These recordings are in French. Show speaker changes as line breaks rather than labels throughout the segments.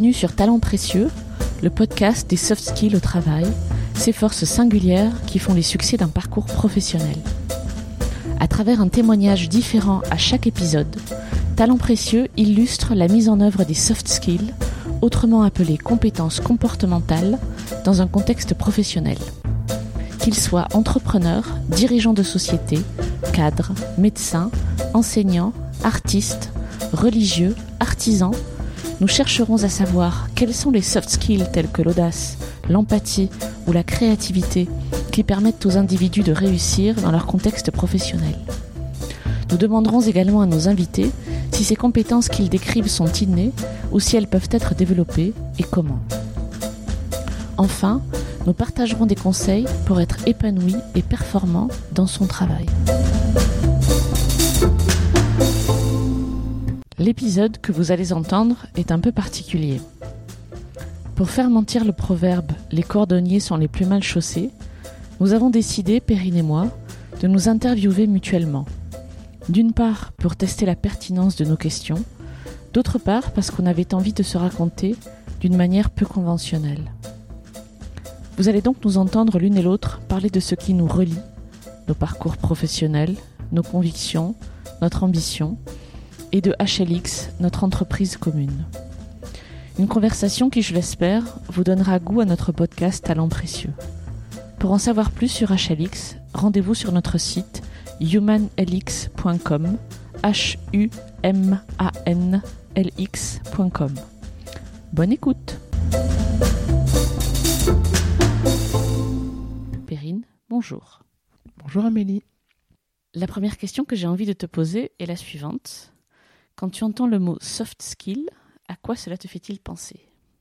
Bienvenue sur Talents précieux, le podcast des soft skills au travail, ces forces singulières qui font les succès d'un parcours professionnel. À travers un témoignage différent à chaque épisode, Talents précieux illustre la mise en œuvre des soft skills, autrement appelées compétences comportementales, dans un contexte professionnel. Qu'ils soient entrepreneurs, dirigeants de société, cadres, médecins, enseignants, artistes, religieux, artisans, nous chercherons à savoir quels sont les soft skills tels que l'audace, l'empathie ou la créativité qui permettent aux individus de réussir dans leur contexte professionnel. Nous demanderons également à nos invités si ces compétences qu'ils décrivent sont innées ou si elles peuvent être développées et comment. Enfin, nous partagerons des conseils pour être épanoui et performant dans son travail. L'épisode que vous allez entendre est un peu particulier. Pour faire mentir le proverbe « les cordonniers sont les plus mal chaussés », nous avons décidé, Perrine et moi, de nous interviewer mutuellement. D'une part, pour tester la pertinence de nos questions, d'autre part, parce qu'on avait envie de se raconter d'une manière peu conventionnelle. Vous allez donc nous entendre l'une et l'autre parler de ce qui nous relie, nos parcours professionnels, nos convictions, notre ambition, et de HLX, notre entreprise commune. Une conversation qui, je l'espère, vous donnera goût à notre podcast Talents précieux. Pour en savoir plus sur HLX, rendez-vous sur notre site humanlx.com, humanlx.com. Bonne écoute. Perrine, bonjour.
Bonjour Amélie.
La première question que j'ai envie de te poser est la suivante. Quand tu entends le mot soft skill, à quoi cela te fait-il penser ?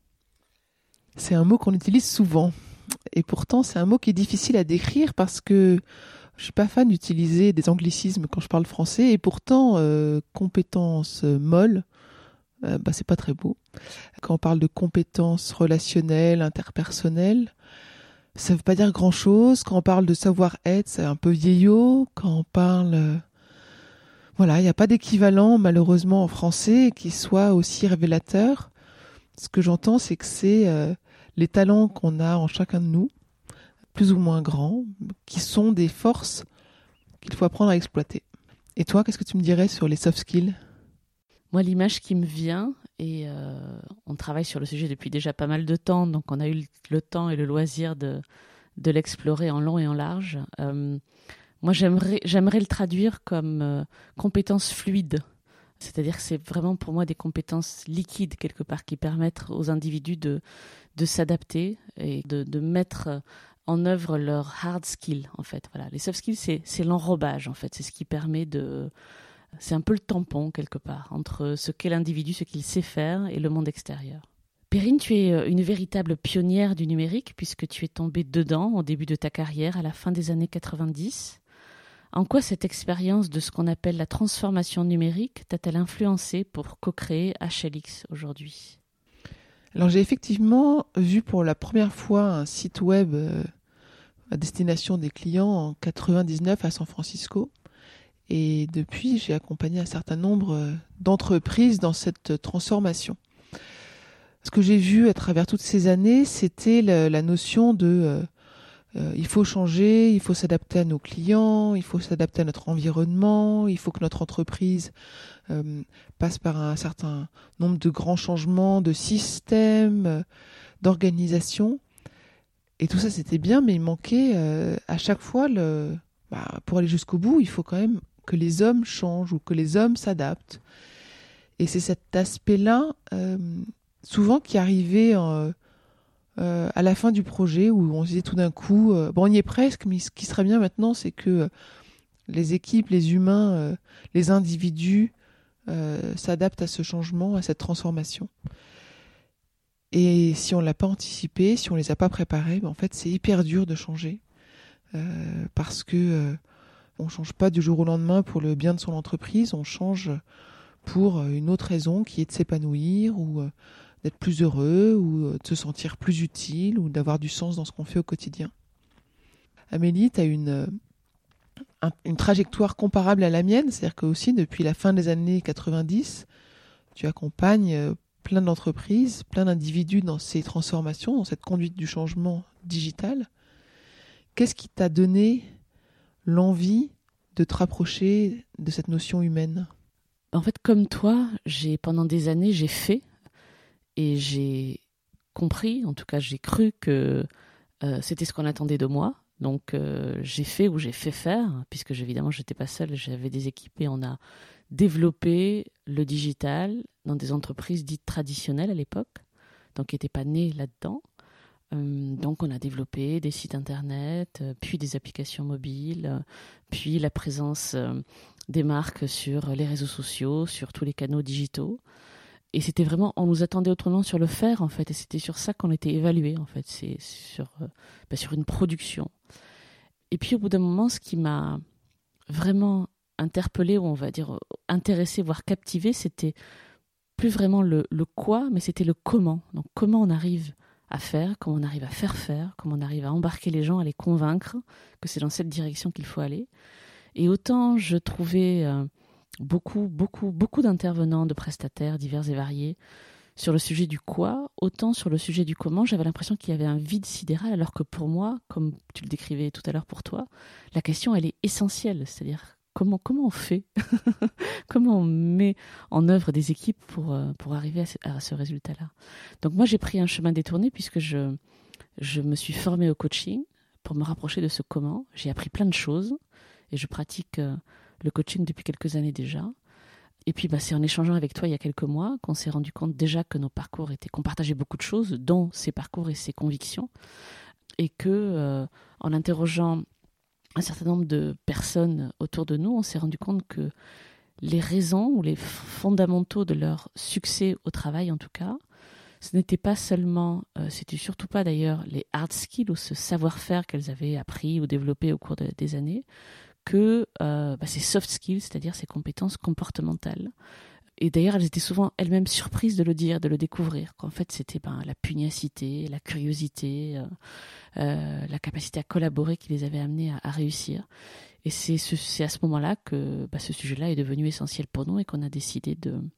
C'est un mot qu'on utilise souvent. Et pourtant, c'est un mot qui est difficile à décrire parce que je suis pas fan d'utiliser des anglicismes quand je parle français. Et pourtant, compétences molles, c'est pas très beau. Quand on parle de compétences relationnelles, interpersonnelles, ça veut pas dire grand-chose. Quand on parle de savoir-être, c'est un peu vieillot. Quand on parle... Voilà, il n'y a pas d'équivalent, malheureusement, en français qui soit aussi révélateur. Ce que j'entends, c'est que c'est les talents qu'on a en chacun de nous, plus ou moins grands, qui sont des forces qu'il faut apprendre à exploiter. Et toi, qu'est-ce que tu me dirais sur les soft skills ?
Moi, l'image qui me vient, et on travaille sur le sujet depuis déjà pas mal de temps, donc on a eu le temps et le loisir de l'explorer en long et en large. Moi, j'aimerais le traduire comme compétences fluides. C'est-à-dire que c'est vraiment pour moi des compétences liquides, quelque part, qui permettent aux individus de s'adapter et de mettre en œuvre leur hard skill, en fait. Voilà. Les soft skills, c'est l'enrobage, en fait. C'est ce qui permet c'est un peu le tampon, quelque part, entre ce qu'est l'individu, ce qu'il sait faire et le monde extérieur. Perrine, tu es une véritable pionnière du numérique, puisque tu es tombée dedans au début de ta carrière, à la fin des années 90. En quoi cette expérience de ce qu'on appelle la transformation numérique t'a-t-elle influencé pour co-créer HLX aujourd'hui ?
Alors j'ai effectivement vu pour la première fois un site web à destination des clients en 99 à San Francisco. Et depuis, j'ai accompagné un certain nombre d'entreprises dans cette transformation. Ce que j'ai vu à travers toutes ces années, c'était la notion de... il faut changer, il faut s'adapter à nos clients, il faut s'adapter à notre environnement, il faut que notre entreprise passe par un certain nombre de grands changements de système, d'organisation. Et tout ça, c'était bien, mais il manquait à chaque fois, pour aller jusqu'au bout, il faut quand même que les hommes changent ou que les hommes s'adaptent. Et c'est cet aspect-là, souvent, qui arrivait... à la fin du projet où on se disait tout d'un coup on y est presque, mais ce qui serait bien maintenant, c'est que les équipes, les humains, les individus s'adaptent à ce changement, à cette transformation. Et si on ne l'a pas anticipé, si on ne les a pas préparés, en fait c'est hyper dur de changer parce que on ne change pas du jour au lendemain pour le bien de son entreprise, on change pour une autre raison qui est de s'épanouir ou d'être plus heureux ou de se sentir plus utile ou d'avoir du sens dans ce qu'on fait au quotidien. Amélie, tu as une trajectoire comparable à la mienne, c'est-à-dire que aussi depuis la fin des années 90, tu accompagnes plein d'entreprises, plein d'individus dans ces transformations, dans cette conduite du changement digital. Qu'est-ce qui t'a donné l'envie de te rapprocher de cette notion humaine ?
En fait, comme toi, pendant des années, j'ai fait et j'ai compris, en tout cas j'ai cru que c'était ce qu'on attendait de moi. Donc j'ai fait ou j'ai fait faire, puisque évidemment je n'étais pas seule, j'avais des équipes et on a développé le digital dans des entreprises dites traditionnelles à l'époque, donc qui n'étaient pas nées là-dedans. Donc on a développé des sites internet, puis des applications mobiles, puis la présence des marques sur les réseaux sociaux, sur tous les canaux digitaux. Et c'était vraiment, on nous attendait autrement sur le faire en fait, et c'était sur ça qu'on était évalué en fait, c'est sur une production. Et puis au bout d'un moment, ce qui m'a vraiment interpellée, ou on va dire intéressée, voire captivée, c'était plus vraiment le quoi, mais c'était le comment. Donc comment on arrive à faire, comment on arrive à faire, comment on arrive à embarquer les gens, à les convaincre que c'est dans cette direction qu'il faut aller. Et autant je trouvais beaucoup d'intervenants, de prestataires divers et variés sur le sujet du quoi, autant sur le sujet du comment, j'avais l'impression qu'il y avait un vide sidéral, alors que pour moi, comme tu le décrivais tout à l'heure pour toi, la question elle est essentielle, c'est-à-dire comment on fait, comment on met en œuvre des équipes pour arriver à ce résultat-là. Donc moi j'ai pris un chemin détourné puisque je me suis formée au coaching pour me rapprocher de ce comment. J'ai appris plein de choses et je pratique le coaching depuis quelques années déjà. Et puis c'est en échangeant avec toi il y a quelques mois qu'on s'est rendu compte déjà que qu'on partageait beaucoup de choses, dont ces parcours et ces convictions, et que en interrogeant un certain nombre de personnes autour de nous, on s'est rendu compte que les raisons ou les fondamentaux de leur succès au travail en tout cas, ce n'était pas seulement, c'était surtout pas d'ailleurs les hard skills ou ce savoir-faire qu'elles avaient appris ou développé au cours des années, que ces soft skills, c'est-à-dire ces compétences comportementales. Et d'ailleurs, elles étaient souvent elles-mêmes surprises de le dire, de le découvrir, qu'en fait c'était la pugnacité, la curiosité, la capacité à collaborer qui les avait amenées à réussir. Et c'est à ce moment-là que ce sujet-là est devenu essentiel pour nous et qu'on a décidé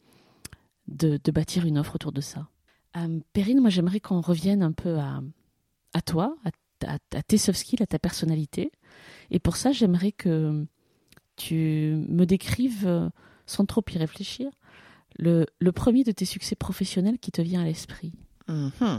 de bâtir une offre autour de ça. Perrine, moi j'aimerais qu'on revienne un peu à toi, à tes soft skills, à ta personnalité. Et pour ça, j'aimerais que tu me décrives, sans trop y réfléchir, le premier de tes succès professionnels qui te vient à l'esprit.
En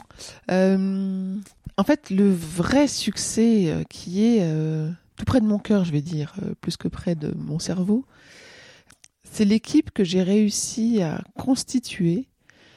fait, le vrai succès qui est tout près de mon cœur, je vais dire, plus que près de mon cerveau, c'est l'équipe que j'ai réussi à constituer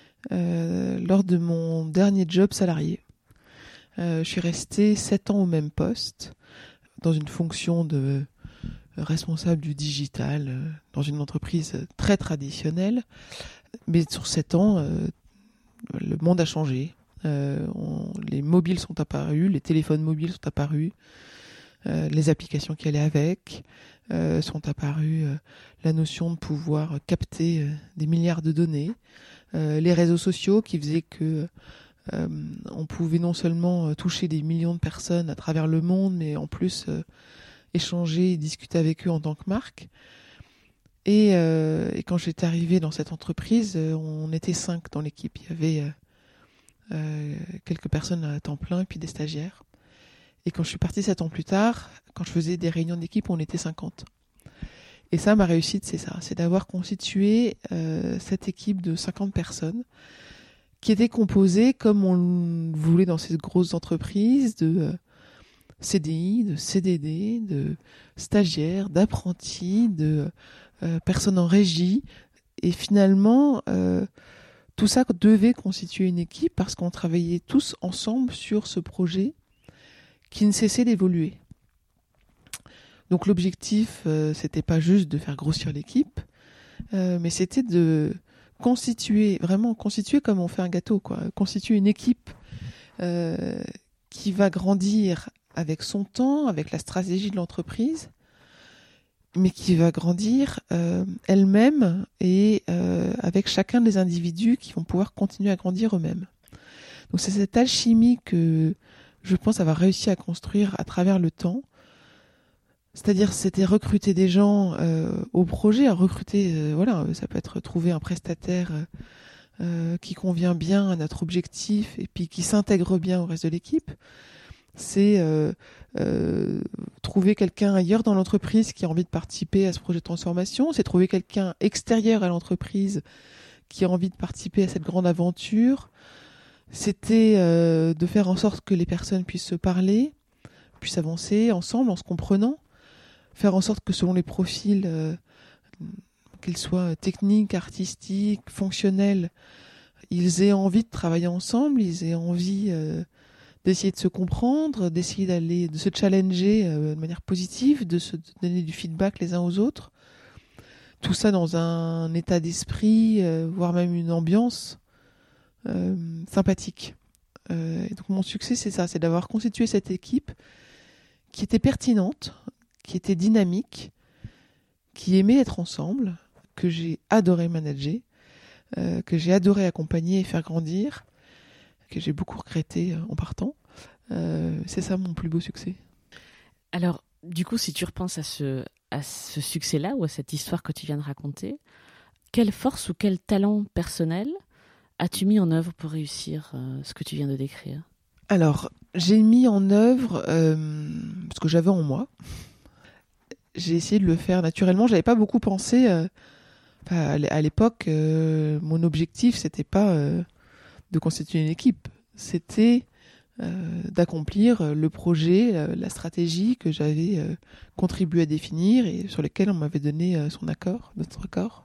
lors de mon dernier job salarié. Je suis restée 7 ans au même poste, dans une fonction de responsable du digital, dans une entreprise très traditionnelle. Mais sur 7 ans, le monde a changé. Les mobiles sont apparus, les téléphones mobiles sont apparus, les applications qui allaient avec sont apparues, la notion de pouvoir capter des milliards de données, les réseaux sociaux qui faisaient que on pouvait non seulement toucher des millions de personnes à travers le monde, mais en plus échanger et discuter avec eux en tant que marque. Et quand j'étais arrivée dans cette entreprise, on était 5 dans l'équipe. Il y avait quelques personnes à temps plein et puis des stagiaires. Et quand je suis partie 7 ans plus tard, quand je faisais des réunions d'équipe, on était 50. Et ça, ma réussite, c'est ça. C'est d'avoir constitué cette équipe de 50 personnes qui était composée, comme on le voulait dans ces grosses entreprises, de CDI, de CDD, de stagiaires, d'apprentis, de personnes en régie. Et finalement, tout ça devait constituer une équipe parce qu'on travaillait tous ensemble sur ce projet qui ne cessait d'évoluer. Donc l'objectif, c'était pas juste de faire grossir l'équipe, mais c'était de constituer comme on fait un gâteau, quoi. Constituer une équipe qui va grandir avec son temps, avec la stratégie de l'entreprise, mais qui va grandir elle-même et avec chacun des individus qui vont pouvoir continuer à grandir eux-mêmes. Donc c'est cette alchimie que je pense avoir réussi à construire à travers le temps. C'est-à-dire, c'était recruter des gens au projet, recruter, ça peut être trouver un prestataire qui convient bien à notre objectif et puis qui s'intègre bien au reste de l'équipe. C'est trouver quelqu'un ailleurs dans l'entreprise qui a envie de participer à ce projet de transformation. C'est trouver quelqu'un extérieur à l'entreprise qui a envie de participer à cette grande aventure. C'était de faire en sorte que les personnes puissent se parler, puissent avancer ensemble en se comprenant, faire en sorte que selon les profils, qu'ils soient techniques, artistiques, fonctionnels, ils aient envie de travailler ensemble, ils aient envie d'essayer de se comprendre, d'essayer de se challenger de manière positive, de se donner du feedback les uns aux autres. Tout ça dans un état d'esprit, voire même une ambiance sympathique. Et donc mon succès, c'est ça, c'est d'avoir constitué cette équipe qui était pertinente, qui était dynamique, qui aimait être ensemble, que j'ai adoré manager, que j'ai adoré accompagner et faire grandir, que j'ai beaucoup regretté en partant. C'est ça mon plus beau succès.
Alors, du coup, si tu repenses à ce succès-là ou à cette histoire que tu viens de raconter, quelle force ou quel talent personnel as-tu mis en œuvre pour réussir ce que tu viens de décrire ?
Alors, j'ai mis en œuvre ce que j'avais en moi. J'ai essayé de le faire naturellement. J'avais pas beaucoup pensé. À l'époque, mon objectif, c'était pas de constituer une équipe. C'était d'accomplir le projet, la stratégie que j'avais contribué à définir et sur lesquels on m'avait donné notre accord.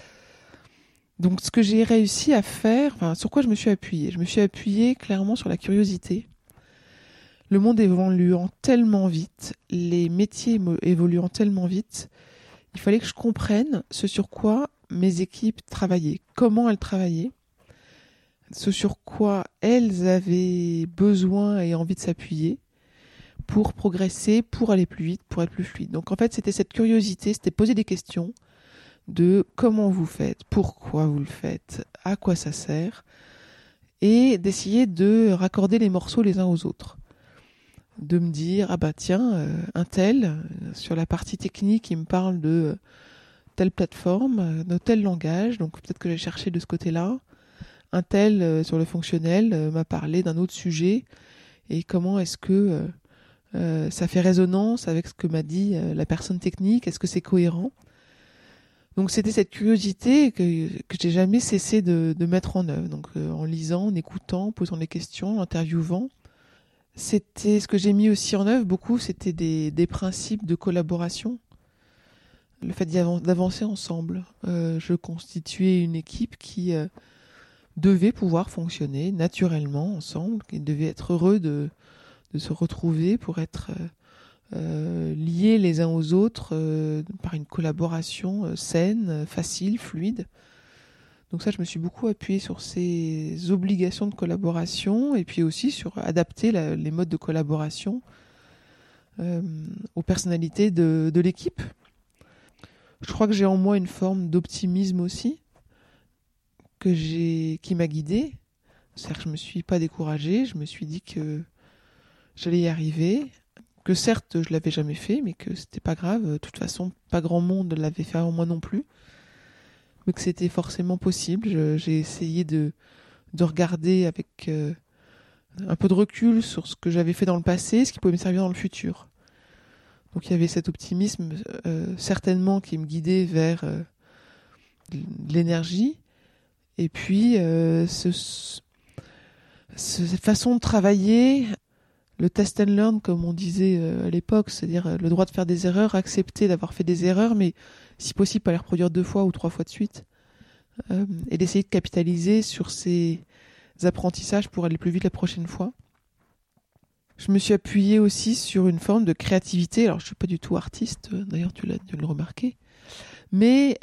Donc ce que j'ai réussi à faire, sur quoi je me suis appuyée ? Je me suis appuyée clairement sur la curiosité. Le monde évoluant tellement vite, les métiers évoluant tellement vite, il fallait que je comprenne ce sur quoi mes équipes travaillaient, comment elles travaillaient, ce sur quoi elles avaient besoin et envie de s'appuyer pour progresser, pour aller plus vite, pour être plus fluide. Donc en fait, c'était cette curiosité, c'était poser des questions de comment vous faites, pourquoi vous le faites, à quoi ça sert, et d'essayer de raccorder les morceaux les uns aux autres. De me dire, ah bah tiens, un tel, sur la partie technique, il me parle de telle plateforme, de tel langage, donc peut-être que j'ai cherché de ce côté-là. Un tel, sur le fonctionnel, m'a parlé d'un autre sujet, et comment est-ce que ça fait résonance avec ce que m'a dit la personne technique, est-ce que c'est cohérent ? Donc c'était cette curiosité que j'ai jamais cessé de mettre en œuvre, donc en lisant, en écoutant, en posant des questions, en interviewant. C'était ce que j'ai mis aussi en œuvre beaucoup, c'était des principes de collaboration. Le fait d'avancer ensemble. Je constituais une équipe qui devait pouvoir fonctionner naturellement ensemble, qui devait être heureux de se retrouver pour être liés les uns aux autres par une collaboration saine, facile, fluide. Donc ça, je me suis beaucoup appuyée sur ces obligations de collaboration et puis aussi sur adapter les modes de collaboration aux personnalités de l'équipe. Je crois que j'ai en moi une forme d'optimisme aussi qui m'a guidée. C'est-à-dire que je ne me suis pas découragée, je me suis dit que j'allais y arriver, que certes je ne l'avais jamais fait, mais que c'était pas grave. De toute façon, pas grand monde l'avait fait avant moi non plus. Mais que c'était forcément possible. J'ai essayé de regarder avec un peu de recul sur ce que j'avais fait dans le passé, ce qui pouvait me servir dans le futur. Donc il y avait cet optimisme certainement qui me guidait vers de l'énergie. Et puis cette façon de travailler, le test and learn comme on disait à l'époque, c'est-à-dire le droit de faire des erreurs, accepter d'avoir fait des erreurs, mais si possible pas les reproduire 2 fois ou 3 fois de suite, et d'essayer de capitaliser sur ces apprentissages pour aller plus vite la prochaine fois. Je me suis appuyée aussi sur une forme de créativité. Alors je suis pas du tout artiste, d'ailleurs tu l'as dû le remarquer, mais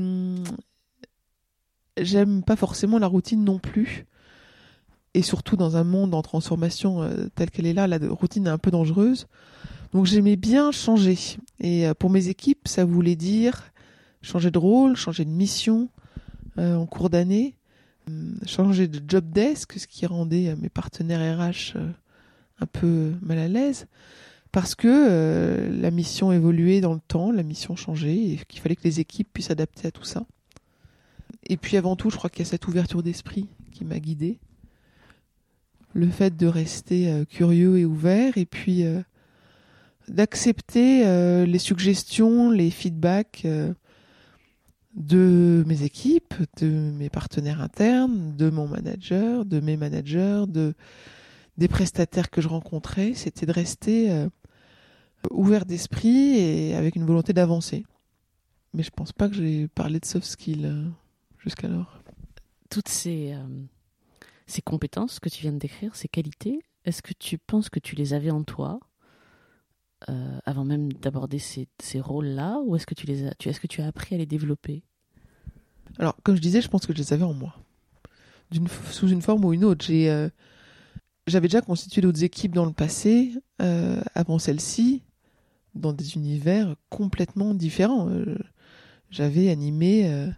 j'aime pas forcément la routine non plus. Et surtout dans un monde en transformation tel qu'elle est là, la routine est un peu dangereuse. Donc j'aimais bien changer. Et pour mes équipes, ça voulait dire changer de rôle, changer de mission en cours d'année, changer de job desk, ce qui rendait mes partenaires RH un peu mal à l'aise, parce que la mission évoluait dans le temps, la mission changeait, et qu'il fallait que les équipes puissent s'adapter à tout ça. Et puis avant tout, je crois qu'il y a cette ouverture d'esprit qui m'a guidée. Le fait de rester curieux et ouvert, et puis d'accepter les suggestions, les feedbacks de mes équipes, de mes partenaires internes, de mon manager, de mes managers, des prestataires que je rencontrais. C'était de rester ouvert d'esprit et avec une volonté d'avancer. Mais je pense pas que j'ai parlé de soft skills jusqu'alors.
Toutes ces compétences que tu viens de décrire, ces qualités, est-ce que tu penses que tu les avais en toi avant même d'aborder ces rôles-là, ou est-ce que est-ce que tu as appris à les développer?
Alors, comme je disais, je pense que je les avais en moi, sous une forme ou une autre. J'avais déjà constitué d'autres équipes dans le passé, avant celle-ci, dans des univers complètement différents. J'avais animé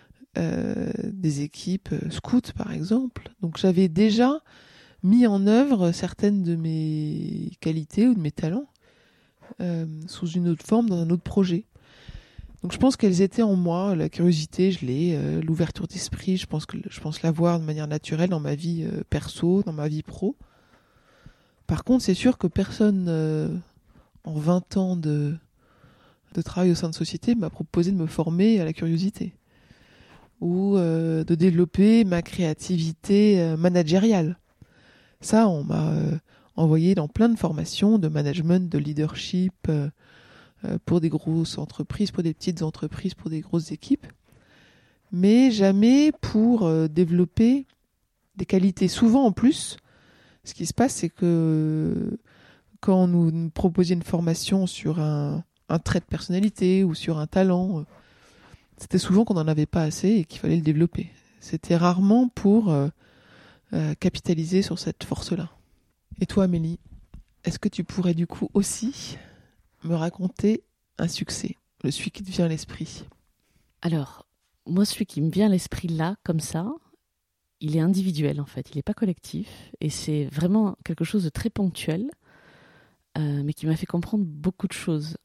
des équipes scouts, par exemple. Donc, j'avais déjà mis en œuvre certaines de mes qualités ou de mes talents sous une autre forme, dans un autre projet. Donc je pense qu'elles étaient en moi. La curiosité, je l'ai, l'ouverture d'esprit, je pense l'avoir de manière naturelle dans ma vie perso, dans ma vie pro. Par contre, c'est sûr que personne en 20 ans de travail au sein de société m'a proposé de me former à la curiosité ou de développer ma créativité managériale. Ça, on m'a envoyé dans plein de formations de management, de leadership, pour des grosses entreprises, pour des petites entreprises, pour des grosses équipes, mais jamais pour développer des qualités. Souvent en plus, ce qui se passe, c'est que quand on nous proposait une formation sur un trait de personnalité ou sur un talent, c'était souvent qu'on n'en avait pas assez et qu'il fallait le développer. C'était rarement pour capitaliser sur cette force-là. Et toi, Amélie, est-ce que tu pourrais du coup aussi me raconter un succès, celui qui te vient à l'esprit?
Alors, moi, celui qui me vient à l'esprit là, comme ça, il est individuel en fait, il n'est pas collectif, et c'est vraiment quelque chose de très ponctuel, mais qui m'a fait comprendre beaucoup de choses.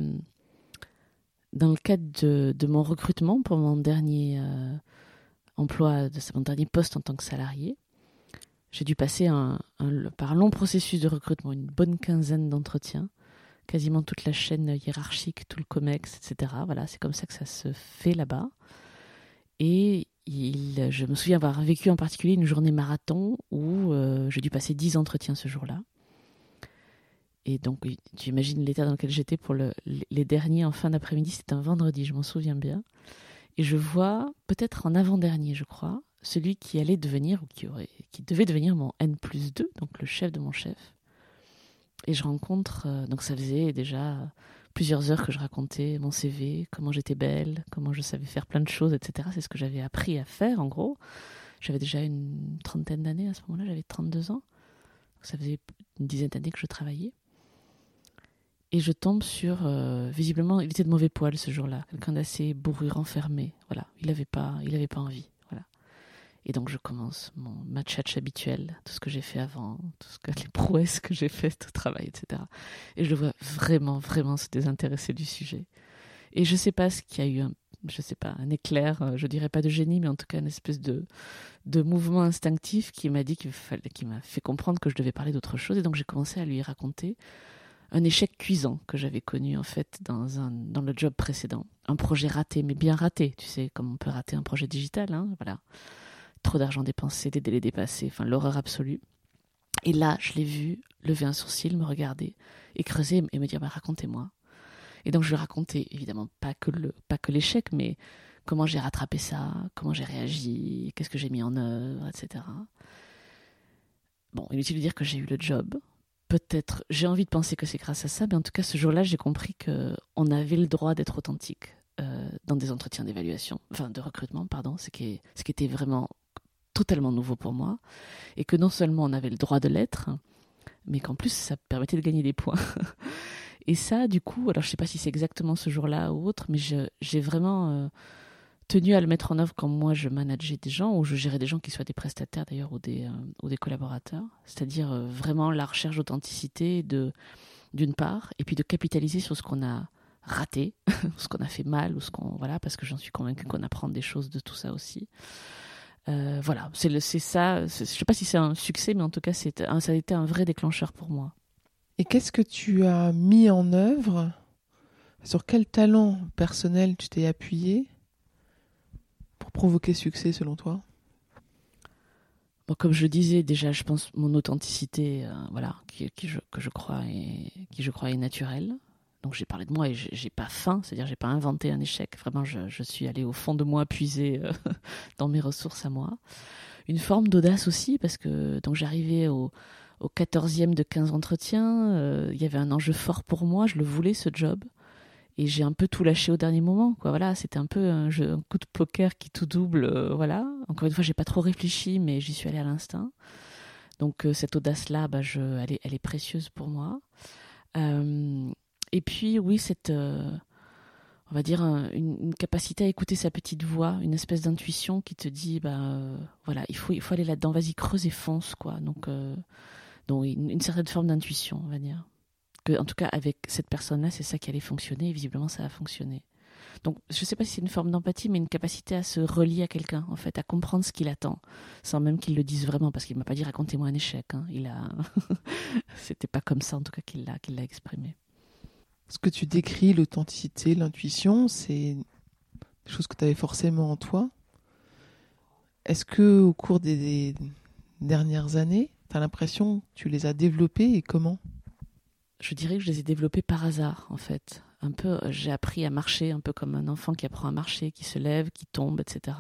Dans le cadre de mon recrutement pour mon dernier emploi, mon dernier poste en tant que salarié, j'ai dû passer par un long processus de recrutement, une bonne quinzaine d'entretiens, quasiment toute la chaîne hiérarchique, tout le COMEX, etc. Voilà, c'est comme ça que ça se fait là-bas. Et je me souviens avoir vécu en particulier une journée marathon où j'ai dû passer 10 entretiens ce jour-là. Et donc, tu imagines l'état dans lequel j'étais pour les derniers en fin d'après-midi. C'était un vendredi, je m'en souviens bien. Et je vois, peut-être en avant-dernier, je crois, celui qui allait devenir, ou qui devait devenir mon N+2, donc le chef de mon chef. Et je rencontre, donc ça faisait déjà plusieurs heures que je racontais mon CV, comment j'étais belle, comment je savais faire plein de choses, etc. C'est ce que j'avais appris à faire, en gros. J'avais déjà une trentaine d'années à ce moment-là, j'avais 32 ans. Donc ça faisait une dizaine d'années que je travaillais. Et je tombe sur, visiblement, il était de mauvais poil ce jour-là, quelqu'un d'assez bourru, renfermé. Voilà, il avait pas envie. Voilà. Et donc je commence ma tchatch habituelle, tout ce que j'ai fait avant, les prouesses que j'ai faites au travail, etc. Et je le vois vraiment, vraiment se désintéresser du sujet. Et je sais pas ce qu'il y a eu, un éclair, je dirais pas de génie, mais en tout cas une espèce de mouvement instinctif qui m'a fait comprendre que je devais parler d'autre chose. Et donc j'ai commencé à lui raconter un échec cuisant que j'avais connu en fait dans le job précédent. Un projet raté, mais bien raté, tu sais, comme on peut rater un projet digital, hein, voilà. Trop d'argent dépensé, des délais dépassés, enfin l'horreur absolue. Et là, je l'ai vu lever un sourcil, me regarder et creuser et me dire racontez-moi. Et donc je lui racontais évidemment pas que l'échec, mais comment j'ai rattrapé ça, comment j'ai réagi, qu'est-ce que j'ai mis en œuvre, etc. Bon, inutile de dire que j'ai eu le job. Peut-être, j'ai envie de penser que c'est grâce à ça, mais en tout cas ce jour-là, j'ai compris qu'on avait le droit d'être authentique dans des entretiens de recrutement, pardon, ce qui était vraiment totalement nouveau pour moi, et que non seulement on avait le droit de l'être, mais qu'en plus ça permettait de gagner des points. Et ça, du coup, alors je sais pas si c'est exactement ce jour-là ou autre, mais j'ai vraiment tenu à le mettre en œuvre quand moi je manageais des gens, ou je gérais des gens qui soient des prestataires d'ailleurs, ou des collaborateurs, c'est-à-dire vraiment la recherche d'authenticité d'une part, et puis de capitaliser sur ce qu'on a raté, ce qu'on a fait mal, ou voilà, parce que j'en suis convaincue qu'on apprend des choses de tout ça aussi. Voilà, c'est ça. Je sais pas si c'est un succès, mais en tout cas, ça a été un vrai déclencheur pour moi.
Et qu'est-ce que tu as mis en œuvre? Sur quel talent personnel tu t'es appuyé pour provoquer succès selon toi?
Bon, comme je disais déjà, je pense mon authenticité, voilà, que je crois est naturelle. Donc j'ai parlé de moi et j'ai pas feint, c'est-à-dire j'ai pas inventé un échec. Vraiment, je suis allée au fond de moi puiser dans mes ressources à moi. Une forme d'audace aussi, parce que donc j'arrivais au 14e de 15 entretiens. Il y avait un enjeu fort pour moi, je le voulais ce job. Et j'ai un peu tout lâché au dernier moment, quoi. Voilà, c'était un peu un coup de poker qui tout double, voilà. Encore une fois, j'ai pas trop réfléchi, mais j'y suis allée à l'instinct. Donc cette audace-là, elle est précieuse pour moi. Et puis oui, on va dire une capacité à écouter sa petite voix, une espèce d'intuition qui te dit, voilà, il faut aller là-dedans, vas-y, creuse et fonce, quoi. Donc une certaine forme d'intuition, on va dire. En tout cas, avec cette personne-là, c'est ça qui allait fonctionner, et visiblement, ça a fonctionné. Donc, je ne sais pas si c'est une forme d'empathie, mais une capacité à se relier à quelqu'un, en fait, à comprendre ce qu'il attend, sans même qu'il le dise vraiment, parce qu'il ne m'a pas dit racontez-moi un échec. Hein. C'était pas comme ça, en tout cas, qu'il l'a exprimé.
Ce que tu décris, l'authenticité, l'intuition, c'est des choses que tu avais forcément en toi. Est-ce que au cours des dernières années, tu as l'impression que tu les as développées et comment?
Je dirais que je les ai développés par hasard, en fait. Un peu, j'ai appris à marcher, un peu comme un enfant qui apprend à marcher, qui se lève, qui tombe, etc.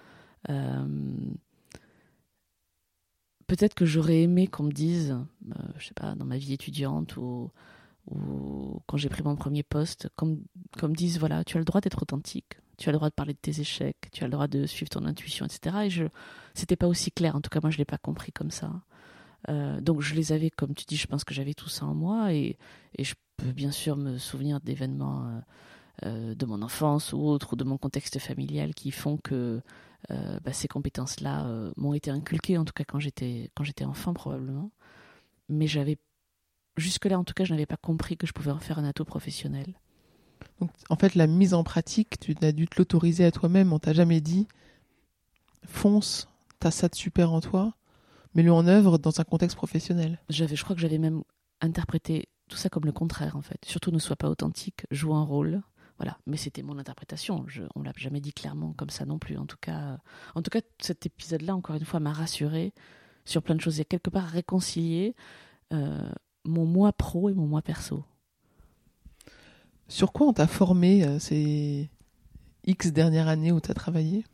Peut-être que j'aurais aimé qu'on me dise, je sais pas, dans ma vie étudiante ou quand j'ai pris mon premier poste, comme disent, voilà, tu as le droit d'être authentique, tu as le droit de parler de tes échecs, tu as le droit de suivre ton intuition, etc. Et c'était pas aussi clair, en tout cas moi je l'ai pas compris comme ça. Donc je les avais, comme tu dis, je pense que j'avais tout ça en moi et je peux bien sûr me souvenir d'événements de mon enfance ou autres, ou de mon contexte familial qui font que ces compétences-là m'ont été inculquées, en tout cas quand j'étais enfant probablement. Mais jusque-là, en tout cas, je n'avais pas compris que je pouvais en faire un atout professionnel.
Donc, en fait, la mise en pratique, tu as dû te l'autoriser à toi-même. On t'a jamais dit fonce, t'as ça de super en toi, mets-le en œuvre dans un contexte professionnel.
Je crois que j'avais même interprété tout ça comme le contraire, en fait. Surtout ne sois pas authentique, joue un rôle. Voilà, mais c'était mon interprétation. On l'a jamais dit clairement comme ça non plus. En tout cas, cet épisode-là, encore une fois, m'a rassurée sur plein de choses. Il y a quelque part réconcilié mon moi pro et mon moi perso.
Sur quoi on t'a formé ces X dernières années où tu as travaillé?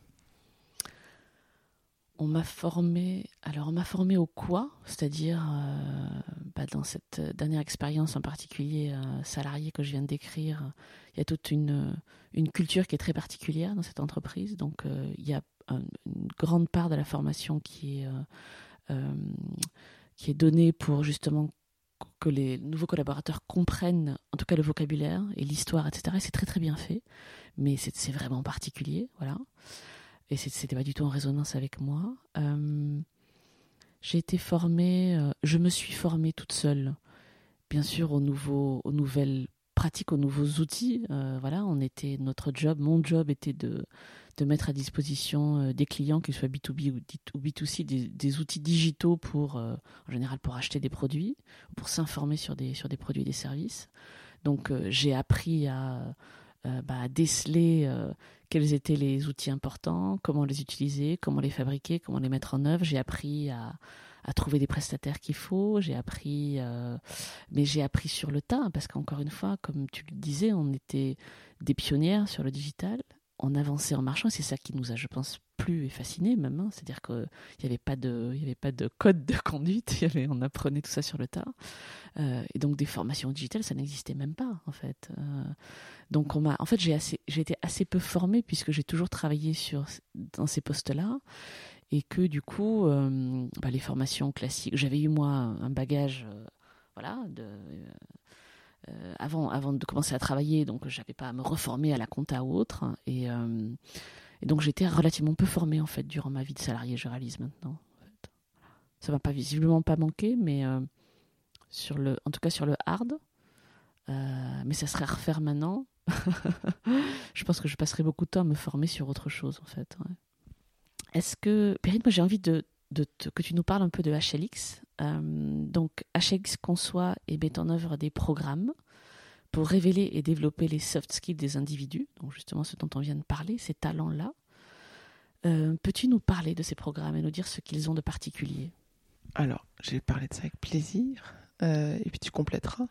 On m'a formé au quoi? C'est-à-dire, dans cette dernière expérience en particulier salariée que je viens de décrire, il y a toute une culture qui est très particulière dans cette entreprise. Donc, il y a une grande part de la formation qui est donnée pour justement que les nouveaux collaborateurs comprennent en tout cas le vocabulaire et l'histoire, etc. Et c'est très très bien fait, mais c'est vraiment particulier, voilà. Et c'était pas du tout en résonance avec moi. J'ai été formée, je me suis formée toute seule, bien sûr aux nouvelles pratiques, aux nouveaux outils. Voilà, mon job était de mettre à disposition des clients, qu'ils soient B2B ou B2C, des outils digitaux en général pour acheter des produits, pour s'informer sur des produits et des services. Donc j'ai appris à déceler quels étaient les outils importants, comment les utiliser, comment les fabriquer, comment les mettre en œuvre. J'ai appris à trouver des prestataires qu'il faut. Mais j'ai appris sur le tas, parce qu'encore une fois, comme tu le disais, on était des pionnières sur le digital. On avançait en marchant, et c'est ça qui nous a, je pense, plu et fasciné même. Hein. C'est-à-dire qu'il n'y avait pas de code de conduite, on apprenait tout ça sur le tas. Et donc des formations digitales, ça n'existait même pas, en fait. Donc j'ai été assez peu formée, puisque j'ai toujours travaillé dans ces postes-là, et que du coup, les formations classiques, j'avais eu moi un bagage, voilà, avant de commencer à travailler, donc j'avais pas à me reformer à la compta ou autre, et donc j'étais relativement peu formée en fait durant ma vie de salarié, je réalise maintenant. En fait. Ça m'a pas visiblement pas manqué, mais en tout cas sur le hard, mais ça serait à refaire maintenant. Je pense que je passerai beaucoup de temps à me former sur autre chose, en fait. Ouais. Est-ce que, Perrine, moi j'ai envie que tu nous parles un peu de HLX. Donc, HLX conçoit et met en œuvre des programmes pour révéler et développer les soft skills des individus, donc justement ce dont on vient de parler, ces talents-là. Peux-tu nous parler de ces programmes et nous dire ce qu'ils ont de particulier ?
Alors, je vais parler de ça avec plaisir, et puis tu compléteras.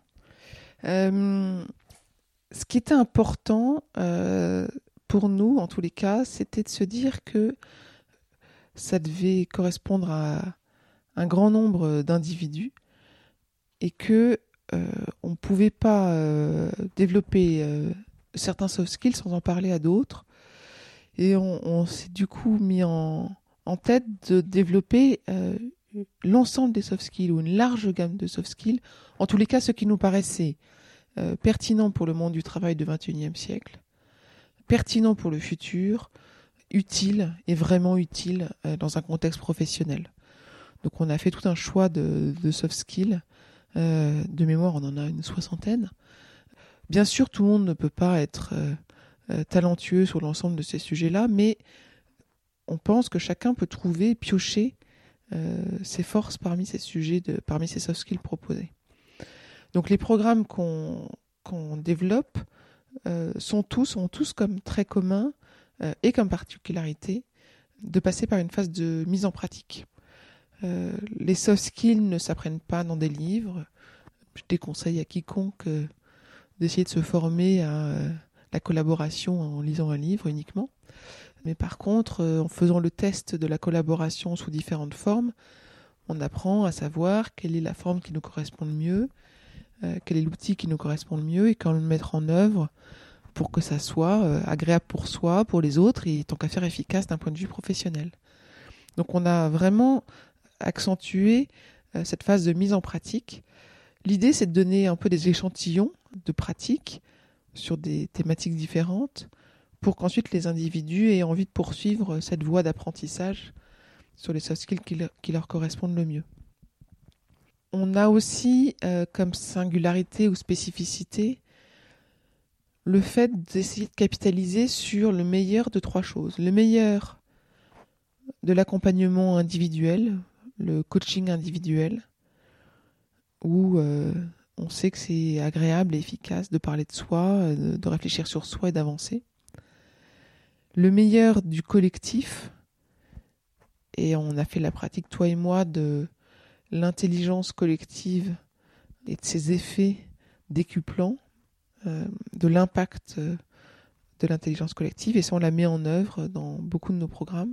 Ce qui était important pour nous, en tous les cas, c'était de se dire que ça devait correspondre à un grand nombre d'individus et que on ne pouvait pas développer certains soft skills sans en parler à d'autres. Et on s'est du coup mis en tête de développer l'ensemble des soft skills ou une large gamme de soft skills, en tous les cas ce qui nous paraissait pertinent pour le monde du travail du XXIe siècle, pertinent pour le futur, utile et vraiment utile dans un contexte professionnel. Donc on a fait tout un choix de soft skills. De mémoire, on en a une 60aine. Bien sûr, tout le monde ne peut pas être talentueux sur l'ensemble de ces sujets-là, mais on pense que chacun peut trouver, piocher ses forces parmi ces sujets, parmi ces soft skills proposés. Donc les programmes qu'on développe ont tous comme trait commun et comme particularité de passer par une phase de mise en pratique. Les soft skills ne s'apprennent pas dans des livres. Je déconseille à quiconque d'essayer de se former à la collaboration en lisant un livre uniquement. Mais par contre, en faisant le test de la collaboration sous différentes formes, on apprend à savoir quelle est la forme qui nous correspond le mieux, quel est l'outil qui nous correspond le mieux et comment le mettre en œuvre pour que ça soit agréable pour soi, pour les autres et tant qu'à faire efficace d'un point de vue professionnel. Donc on a vraiment accentuer cette phase de mise en pratique. L'idée, c'est de donner un peu des échantillons de pratique sur des thématiques différentes pour qu'ensuite les individus aient envie de poursuivre cette voie d'apprentissage sur les soft skills qui leur correspondent le mieux. On a aussi comme singularité ou spécificité le fait d'essayer de capitaliser sur le meilleur de trois choses. Le meilleur de l'accompagnement individuel, le coaching individuel, où on sait que c'est agréable et efficace de parler de soi, de réfléchir sur soi et d'avancer. Le meilleur du collectif, et on a fait la pratique, toi et moi, de l'intelligence collective et de ses effets décuplants, de l'impact de l'intelligence collective, et ça on la met en œuvre dans beaucoup de nos programmes.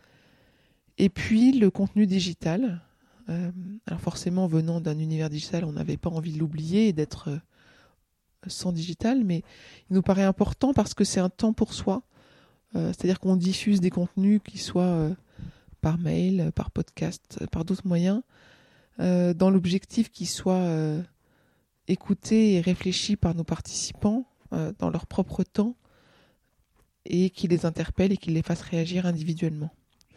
Et puis le contenu digital. Alors forcément, venant d'un univers digital, on n'avait pas envie de l'oublier et d'être sans digital, mais il nous paraît important parce que c'est un temps pour soi. C'est-à-dire qu'on diffuse des contenus qui soient par mail, par podcast, par d'autres moyens, dans l'objectif qu'ils soient écoutés et réfléchis par nos participants dans leur propre temps et qui les interpellent et qui les fassent réagir individuellement.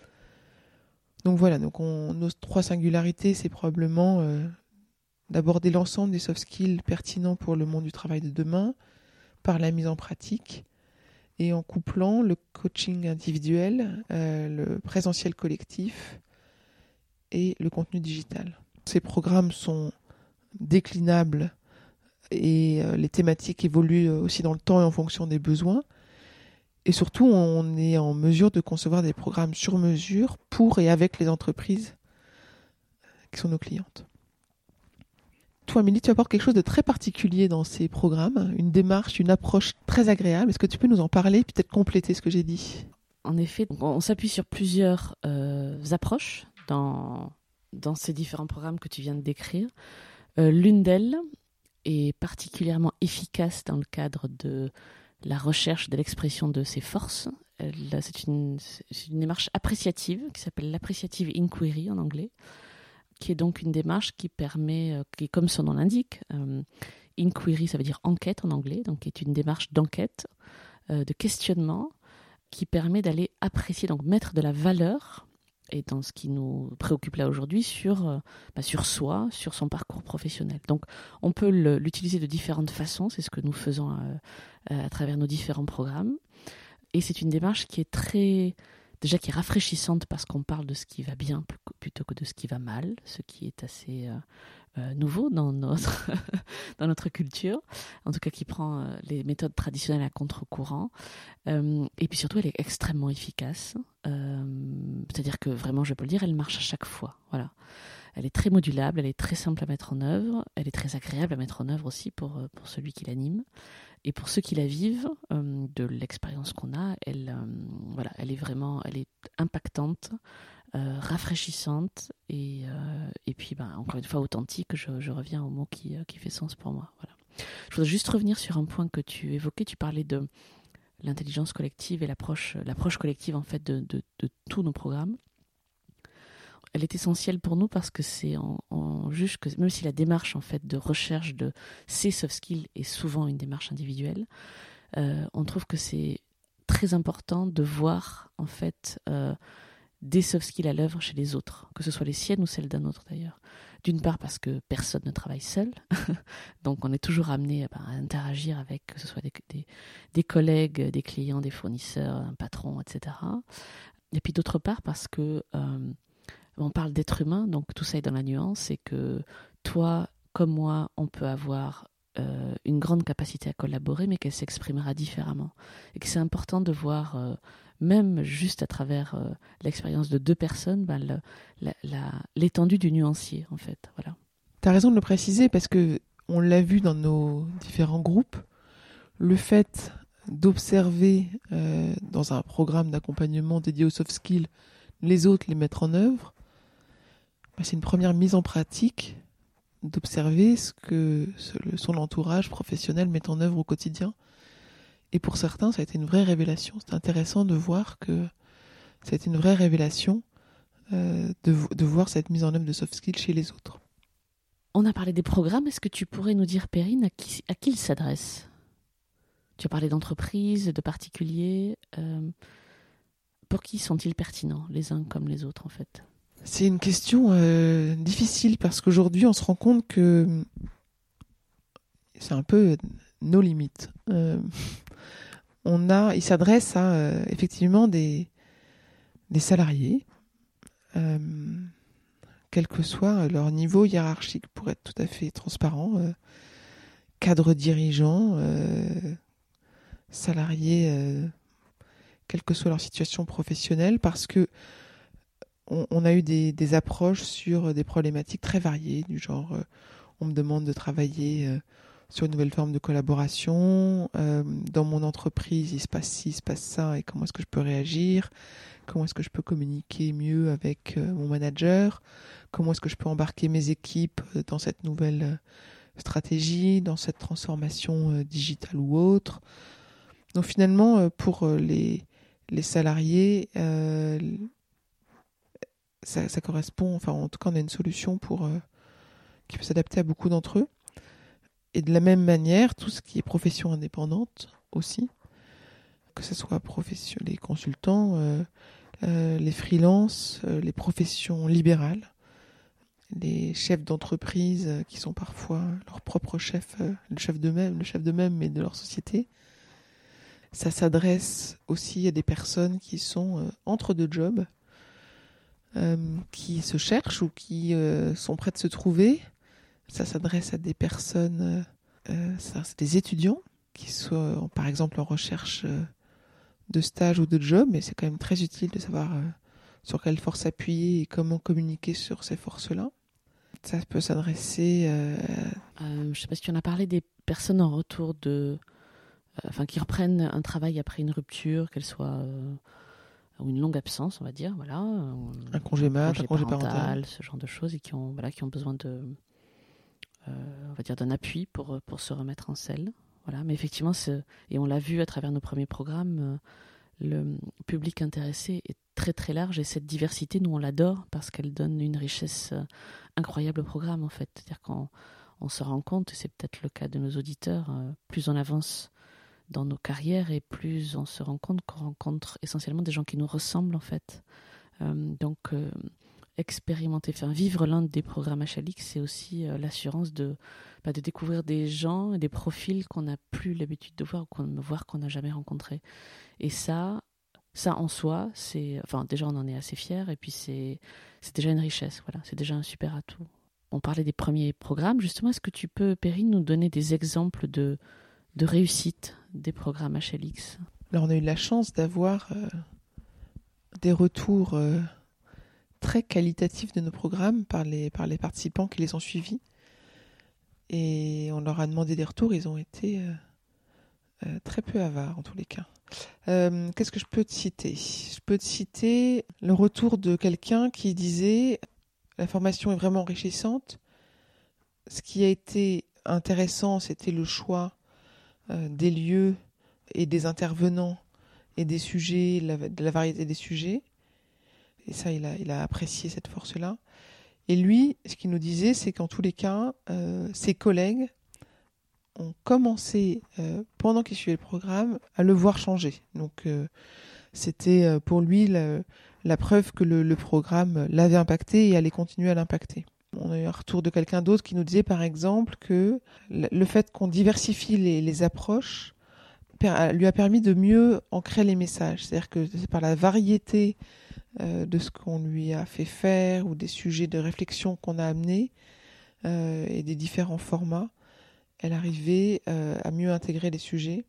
Donc voilà, nos trois singularités, c'est probablement d'aborder l'ensemble des soft skills pertinents pour le monde du travail de demain par la mise en pratique et en couplant le coaching individuel, le présentiel collectif et le contenu digital. Ces programmes sont déclinables et les thématiques évoluent aussi dans le temps et en fonction des besoins. Et surtout, on est en mesure de concevoir des programmes sur mesure pour et avec les entreprises qui sont nos clientes. Toi, Amélie, tu apportes quelque chose de très particulier dans ces programmes, une démarche, une approche très agréable. Est-ce que tu peux nous en parler, peut-être compléter ce que j'ai dit ?
En effet, on s'appuie sur plusieurs approches dans ces différents programmes que tu viens de décrire. L'une d'elles est particulièrement efficace dans le cadre de la recherche de l'expression de ses forces. C'est une démarche appréciative qui s'appelle l'appreciative inquiry en anglais, qui est donc une démarche qui permet, qui comme son nom l'indique, inquiry ça veut dire enquête en anglais, donc qui est une démarche d'enquête, de questionnement, qui permet d'aller apprécier, donc mettre de la valeur et dans ce qui nous préoccupe là aujourd'hui sur soi, sur son parcours professionnel. Donc on peut l'utiliser de différentes façons, c'est ce que nous faisons à travers nos différents programmes. Et c'est une démarche qui est qui est rafraîchissante parce qu'on parle de ce qui va bien plutôt que de ce qui va mal, ce qui est assez nouveau dans dans notre culture, en tout cas qui prend les méthodes traditionnelles à contre-courant. Et puis surtout, elle est extrêmement efficace. C'est-à-dire que vraiment, je peux le dire, elle marche à chaque fois. Voilà. Elle est très modulable, elle est très simple à mettre en œuvre, elle est très agréable à mettre en œuvre aussi pour celui qui l'anime. Et pour ceux qui la vivent, de l'expérience qu'on a, elle est impactante, rafraîchissante et puis encore une fois authentique. Je reviens au mot qui fait sens pour moi. Voilà. Je voudrais juste revenir sur un point que tu évoquais. Tu parlais de l'intelligence collective et l'approche collective en fait de tous nos programmes. Elle est essentielle pour nous parce que on juge que même si la démarche en fait de recherche de ces soft skills est souvent une démarche individuelle, on trouve que c'est très important de voir en fait des soft skills à l'œuvre chez les autres, que ce soit les siennes ou celles d'un autre d'ailleurs. D'une part parce que personne ne travaille seul, donc on est toujours amené à interagir avec, que ce soit des collègues, des clients, des fournisseurs, un patron, etc. Et puis d'autre part parce que on parle d'être humain, donc tout ça est dans la nuance, et que toi, comme moi, on peut avoir une grande capacité à collaborer, mais qu'elle s'exprimera différemment. Et que c'est important de voir, même juste à travers l'expérience de deux personnes, l'étendue du nuancier, en fait. Voilà.
Tu as raison de le préciser, parce que on l'a vu dans nos différents groupes, le fait d'observer dans un programme d'accompagnement dédié aux soft skills les autres les mettre en œuvre, c'est une première mise en pratique d'observer ce que son entourage professionnel met en œuvre au quotidien. Et pour certains, ça a été une vraie révélation. C'est intéressant de voir que ça a été une vraie révélation de voir cette mise en œuvre de soft skills chez les autres.
On a parlé des programmes. Est-ce que tu pourrais nous dire, Perrine, à qui ils s'adressent ? Tu as parlé d'entreprises, de particuliers. Pour qui sont-ils pertinents, les uns comme les autres, en fait ?
C'est une question difficile parce qu'aujourd'hui, on se rend compte que c'est un peu nos limites. Il s'adresse à effectivement des salariés, quel que soit leur niveau hiérarchique, pour être tout à fait transparent, cadre dirigeant, salariés, quelle que soit leur situation professionnelle, parce que on a eu des approches sur des problématiques très variées, du genre on me demande de travailler sur une nouvelle forme de collaboration, dans mon entreprise il se passe ci, il se passe ça, et comment est-ce que je peux réagir, comment est-ce que je peux communiquer mieux avec mon manager, comment est-ce que je peux embarquer mes équipes dans cette nouvelle stratégie, dans cette transformation digitale ou autre. Donc finalement, pour les salariés, ça correspond, enfin en tout cas on a une solution qui peut s'adapter à beaucoup d'entre eux. Et de la même manière, tout ce qui est profession indépendante aussi, que ce soit les consultants, les freelances, les professions libérales, les chefs d'entreprise qui sont parfois leurs propres chefs, le chef d'eux-mêmes, mais de leur société. Ça s'adresse aussi à des personnes qui sont entre deux jobs, qui se cherchent ou qui sont prêts de se trouver. Ça s'adresse à des personnes, c'est des étudiants qui sont par exemple en recherche de stage ou de job, mais c'est quand même très utile de savoir sur quelle force appuyer et comment communiquer sur ces forces-là. Ça peut s'adresser...
je ne sais pas si tu en as parlé, des personnes en retour qui reprennent un travail après une rupture, qu'elle soit... ou une longue absence, on va dire, voilà.
Un congé mat, un congé parental.
Ce genre de choses, et qui ont besoin on va dire d'un appui pour se remettre en selle. Voilà. Mais effectivement, et on l'a vu à travers nos premiers programmes, le public intéressé est très très large, et cette diversité, nous on l'adore parce qu'elle donne une richesse incroyable au programme en fait. C'est-à-dire qu'on se rend compte, et c'est peut-être le cas de nos auditeurs, plus on avance dans nos carrières et plus on se rend compte qu'on rencontre essentiellement des gens qui nous ressemblent en fait, Donc, expérimenter, vivre l'un des programmes HLX, c'est aussi l'assurance de découvrir des gens et des profils qu'on n'a plus l'habitude de voir ou qu'on n'a jamais rencontrés. Et ça en soi, déjà on en est assez fiers et puis c'est déjà une richesse, voilà, c'est déjà un super atout. On parlait des premiers programmes, justement, est-ce que tu peux, Perrine, nous donner des exemples de réussite des programmes HLX?
Alors, on a eu la chance d'avoir des retours très qualitatifs de nos programmes par les participants qui les ont suivis. Et on leur a demandé des retours, ils ont été très peu avares en tous les cas. Qu'est-ce que je peux te citer ? Je peux te citer le retour de quelqu'un qui disait « La formation est vraiment enrichissante. Ce qui a été intéressant, c'était le choix des lieux et des intervenants et des sujets, de la variété des sujets. » Et ça, il a apprécié cette force-là. Et lui, ce qu'il nous disait, c'est qu'en tous les cas, ses collègues ont commencé, pendant qu'il suivait le programme, à le voir changer. Donc, c'était pour lui la preuve que le programme l'avait impacté et allait continuer à l'impacter. On a eu un retour de quelqu'un d'autre qui nous disait, par exemple, que le fait qu'on diversifie les approches lui a permis de mieux ancrer les messages. C'est-à-dire que c'est par la variété de ce qu'on lui a fait faire ou des sujets de réflexion qu'on a amenés et des différents formats, elle arrivait à mieux intégrer les sujets.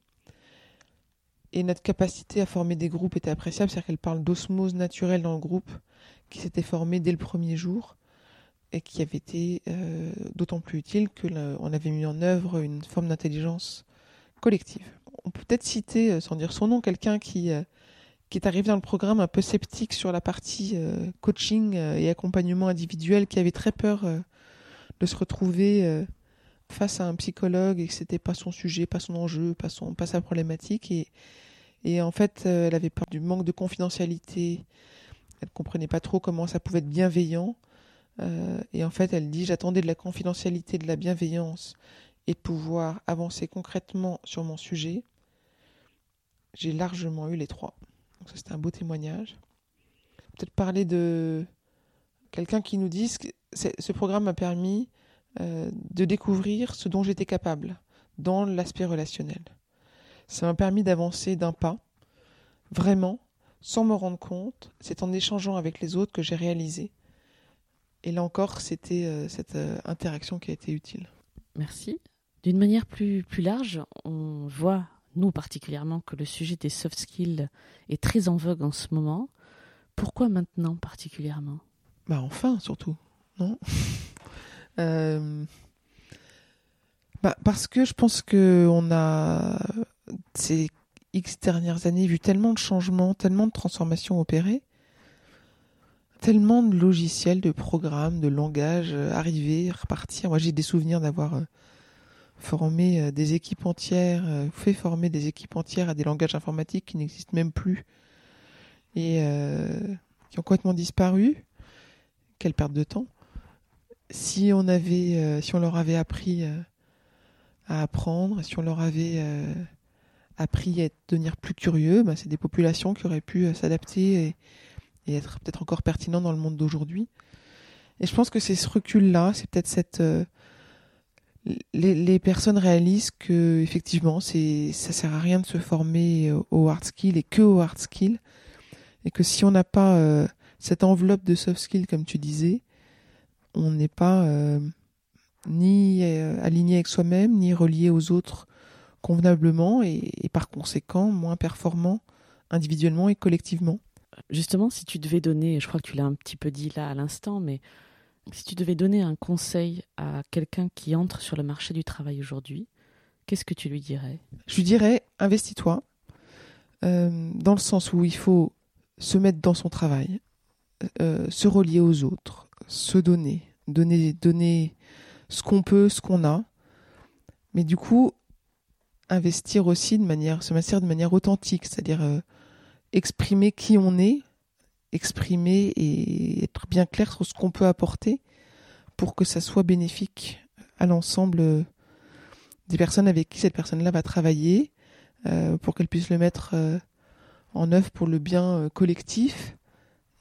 Et notre capacité à former des groupes était appréciable, c'est-à-dire qu'elle parle d'osmose naturelle dans le groupe qui s'était formé dès le premier jour et qui avait été d'autant plus utile qu'on avait mis en œuvre une forme d'intelligence collective. On peut peut-être citer, sans dire son nom, quelqu'un qui est arrivé dans le programme un peu sceptique sur la partie coaching et accompagnement individuel, qui avait très peur de se retrouver face à un psychologue et que c'était pas son sujet, pas son enjeu, pas sa problématique. Et en fait, elle avait peur du manque de confidentialité. Elle comprenait pas trop comment ça pouvait être bienveillant. Et en fait, elle dit, j'attendais de la confidentialité, de la bienveillance et de pouvoir avancer concrètement sur mon sujet. J'ai largement eu les trois. Donc ça, c'était un beau témoignage. Peut-être parler de quelqu'un qui nous dit que ce programme m'a permis de découvrir ce dont j'étais capable dans l'aspect relationnel. Ça m'a permis d'avancer d'un pas, vraiment, sans me rendre compte. C'est en échangeant avec les autres que j'ai réalisé. Et là encore, c'était cette interaction qui a été utile.
Merci. D'une manière plus large, on voit, nous particulièrement, que le sujet des soft skills est très en vogue en ce moment. Pourquoi maintenant particulièrement ?
Enfin, surtout, non ? Parce que je pense qu'on a, ces X dernières années, vu tellement de changements, tellement de transformations opérées, tellement de logiciels, de programmes, de langages arriver, repartir. Moi, j'ai des souvenirs d'avoir formé des équipes entières, fait former des équipes entières à des langages informatiques qui n'existent même plus et qui ont complètement disparu. Quelle perte de temps. Si on leur avait appris à apprendre, si on leur avait appris à devenir plus curieux, c'est des populations qui auraient pu s'adapter et être peut-être encore pertinents dans le monde d'aujourd'hui. Et je pense que c'est ce recul-là, c'est peut-être les personnes réalisent que effectivement, ça sert à rien de se former au hard skill et que au hard skill, et que si on n'a pas cette enveloppe de soft skill, comme tu disais, on n'est pas ni aligné avec soi-même, ni relié aux autres convenablement, et par conséquent moins performant individuellement et collectivement.
Justement, si tu devais donner, je crois que tu l'as un petit peu dit là à l'instant, mais si tu devais donner un conseil à quelqu'un qui entre sur le marché du travail aujourd'hui, qu'est-ce que tu lui dirais ?
Je lui dirais, investis-toi, dans le sens où il faut se mettre dans son travail, se relier aux autres, se donner ce qu'on peut, ce qu'on a, mais du coup, investir aussi se m'insérer de manière authentique, c'est-à-dire exprimer qui on est, exprimer et être bien clair sur ce qu'on peut apporter pour que ça soit bénéfique à l'ensemble des personnes avec qui cette personne-là va travailler, pour qu'elle puisse le mettre en œuvre pour le bien collectif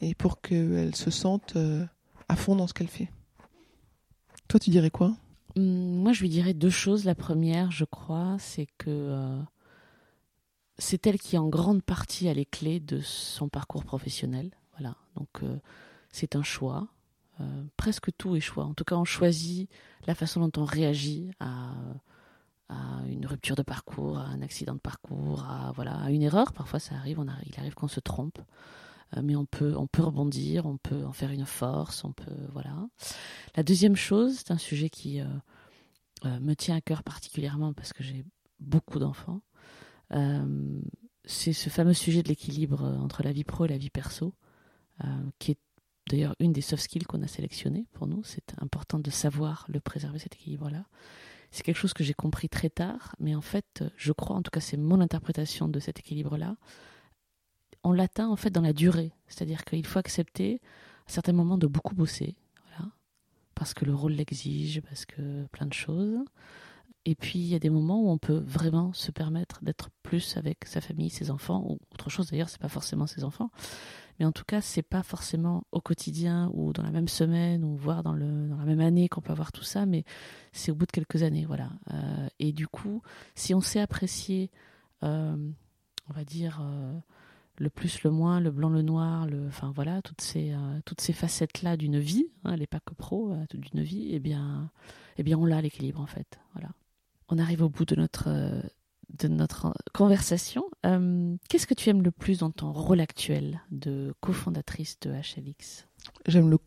et pour qu'elle se sente à fond dans ce qu'elle fait. Toi, tu dirais quoi ?
Moi, je lui dirais 2 choses. La première, je crois, c'est que c'est elle qui, en grande partie, a les clés de son parcours professionnel. Voilà. Donc, c'est un choix. Presque tout est choix. En tout cas, on choisit la façon dont on réagit à une rupture de parcours, à un accident de parcours, à une erreur. Parfois, ça arrive. Il arrive qu'on se trompe. Mais on peut rebondir, on peut en faire une force, voilà. La deuxième chose, c'est un sujet qui me tient à cœur particulièrement parce que j'ai beaucoup d'enfants. C'est ce fameux sujet de l'équilibre entre la vie pro et la vie perso, qui est d'ailleurs une des soft skills qu'on a sélectionnées pour nous. C'est important de savoir le préserver, cet équilibre-là. C'est quelque chose que j'ai compris très tard, mais en fait, je crois, en tout cas c'est mon interprétation de cet équilibre-là, on l'atteint en fait dans la durée. C'est-à-dire qu'il faut accepter à certains moments de beaucoup bosser, voilà, parce que le rôle l'exige, parce que plein de choses. Et puis il y a des moments où on peut vraiment se permettre d'être plus avec sa famille, ses enfants, ou autre chose d'ailleurs, c'est pas forcément ses enfants. Mais en tout cas, c'est pas forcément au quotidien ou dans la même semaine ou voire dans la même année qu'on peut avoir tout ça, mais c'est au bout de quelques années, voilà. Et du coup, si on sait apprécier, on va dire, le plus, le moins, le blanc, le noir, enfin voilà, toutes ces facettes-là d'une vie, hein, elle n'est pas que pro, d'une vie, eh bien on l'a l'équilibre en fait, voilà. On arrive au bout de notre conversation. Qu'est-ce que tu aimes le plus dans ton rôle actuel de cofondatrice de HLX ?
J'aime le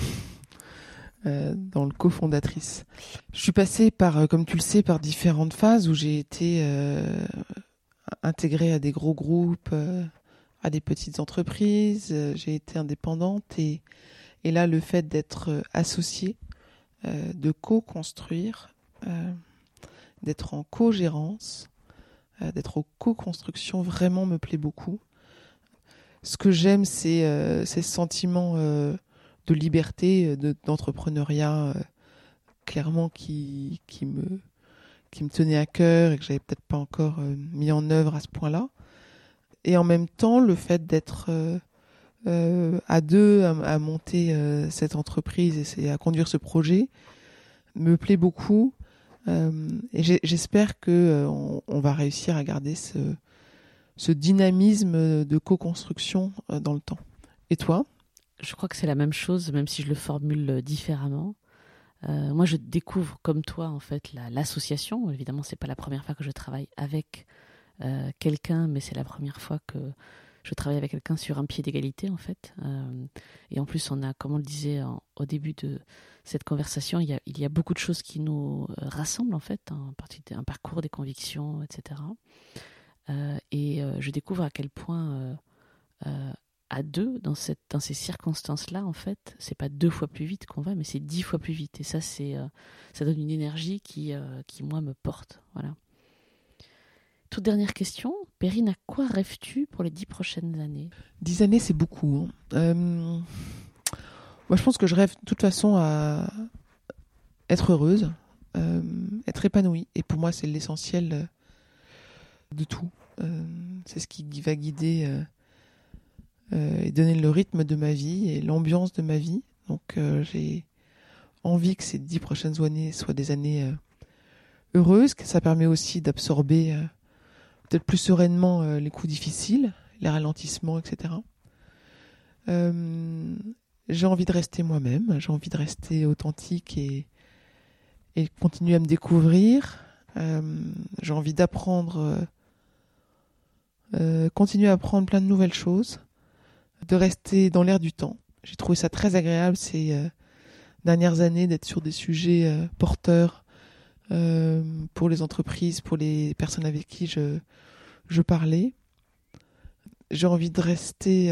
dans le cofondatrice. Je suis passée par, comme tu le sais, par différentes phases où j'ai été intégrée à des gros groupes, à des petites entreprises. J'ai été indépendante et là, le fait d'être associée, de co-construire, d'être en co-gérance, d'être en co-construction, vraiment me plaît beaucoup. Ce que j'aime, c'est ce sentiment de liberté, d'entrepreneuriat, clairement qui me tenait à cœur et que j'avais peut-être pas encore mis en œuvre à ce point-là. Et en même temps, le fait d'être à deux, à monter cette entreprise et à conduire ce projet, me plaît beaucoup. Et j'espère que on va réussir à garder ce dynamisme de co-construction dans le temps. Et toi ?
Je crois que c'est la même chose, même si je le formule différemment. Moi, je découvre, comme toi, en fait, l'association. Évidemment, c'est pas la première fois que je travaille avec quelqu'un, mais c'est la première fois que je travaille avec quelqu'un sur un pied d'égalité, en fait. Et en plus, on a, comme on le disait au début de cette conversation, il y a beaucoup de choses qui nous rassemblent, en fait, en partie un parcours, des convictions, etc. Et je découvre à quel point à deux, dans ces circonstances-là, en fait, c'est pas 2 fois plus vite qu'on va, mais c'est 10 fois plus vite. Et ça, ça donne une énergie qui moi, me porte. Voilà. Toute dernière question, Perrine, à quoi rêves-tu pour les 10 prochaines années ?
10 années, c'est beaucoup. Moi, je pense que je rêve de toute façon à être heureuse, être épanouie. Et pour moi, c'est l'essentiel de tout. C'est ce qui va guider et donner le rythme de ma vie et l'ambiance de ma vie. Donc, j'ai envie que ces 10 prochaines années soient des années heureuses, que ça permet aussi d'absorber peut-être plus sereinement les coups difficiles, les ralentissements, etc. J'ai envie de rester moi-même, j'ai envie de rester authentique et continuer à me découvrir. J'ai envie d'apprendre, continuer à apprendre plein de nouvelles choses, de rester dans l'air du temps. J'ai trouvé ça très agréable ces dernières années d'être sur des sujets porteurs pour les entreprises, pour les personnes avec qui je parlais. J'ai envie de rester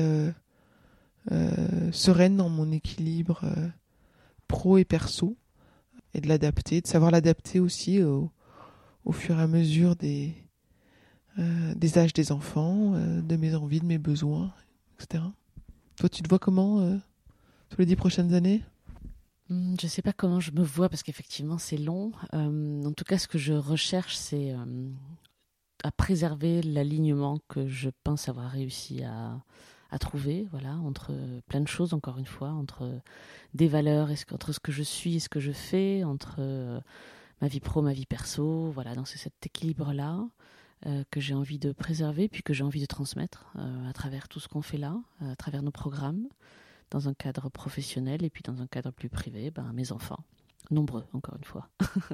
sereine dans mon équilibre pro et perso et de l'adapter, de savoir l'adapter aussi au fur et à mesure des âges des enfants, de mes envies, de mes besoins, etc. Toi, tu te vois comment sur les 10 prochaines années ?
Je ne sais pas comment je me vois parce qu'effectivement c'est long. En tout cas, ce que je recherche, c'est à préserver l'alignement que je pense avoir réussi à à trouver, voilà, entre plein de choses, encore une fois, entre des valeurs, entre ce que je suis et ce que je fais, entre ma vie pro, ma vie perso, voilà, dans cet équilibre-là que j'ai envie de préserver, puis que j'ai envie de transmettre à travers tout ce qu'on fait là, à travers nos programmes, dans un cadre professionnel et puis dans un cadre plus privé, mes enfants, nombreux, encore une fois.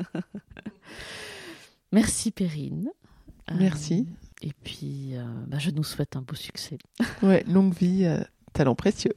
Merci Perrine.
Merci.
Et puis, je nous souhaite un beau succès.
Ouais, longue vie, talent précieux.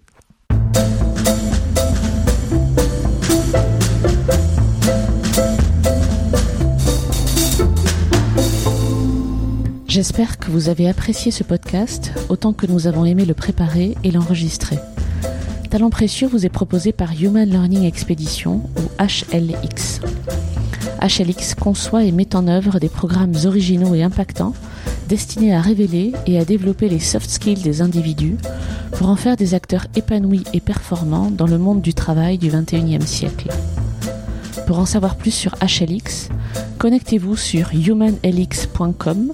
J'espère que vous avez apprécié ce podcast autant que nous avons aimé le préparer et l'enregistrer. Talent précieux vous est proposé par Human Learning Expedition ou HLX. HLX conçoit et met en œuvre des programmes originaux et impactants destinés à révéler et à développer les soft skills des individus pour en faire des acteurs épanouis et performants dans le monde du travail du XXIe siècle. Pour en savoir plus sur HLX, connectez-vous sur humanlx.com,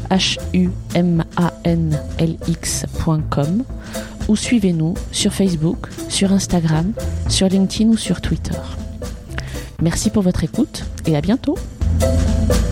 humanlx.com, ou suivez-nous sur Facebook, sur Instagram, sur LinkedIn ou sur Twitter. Merci pour votre écoute et à bientôt.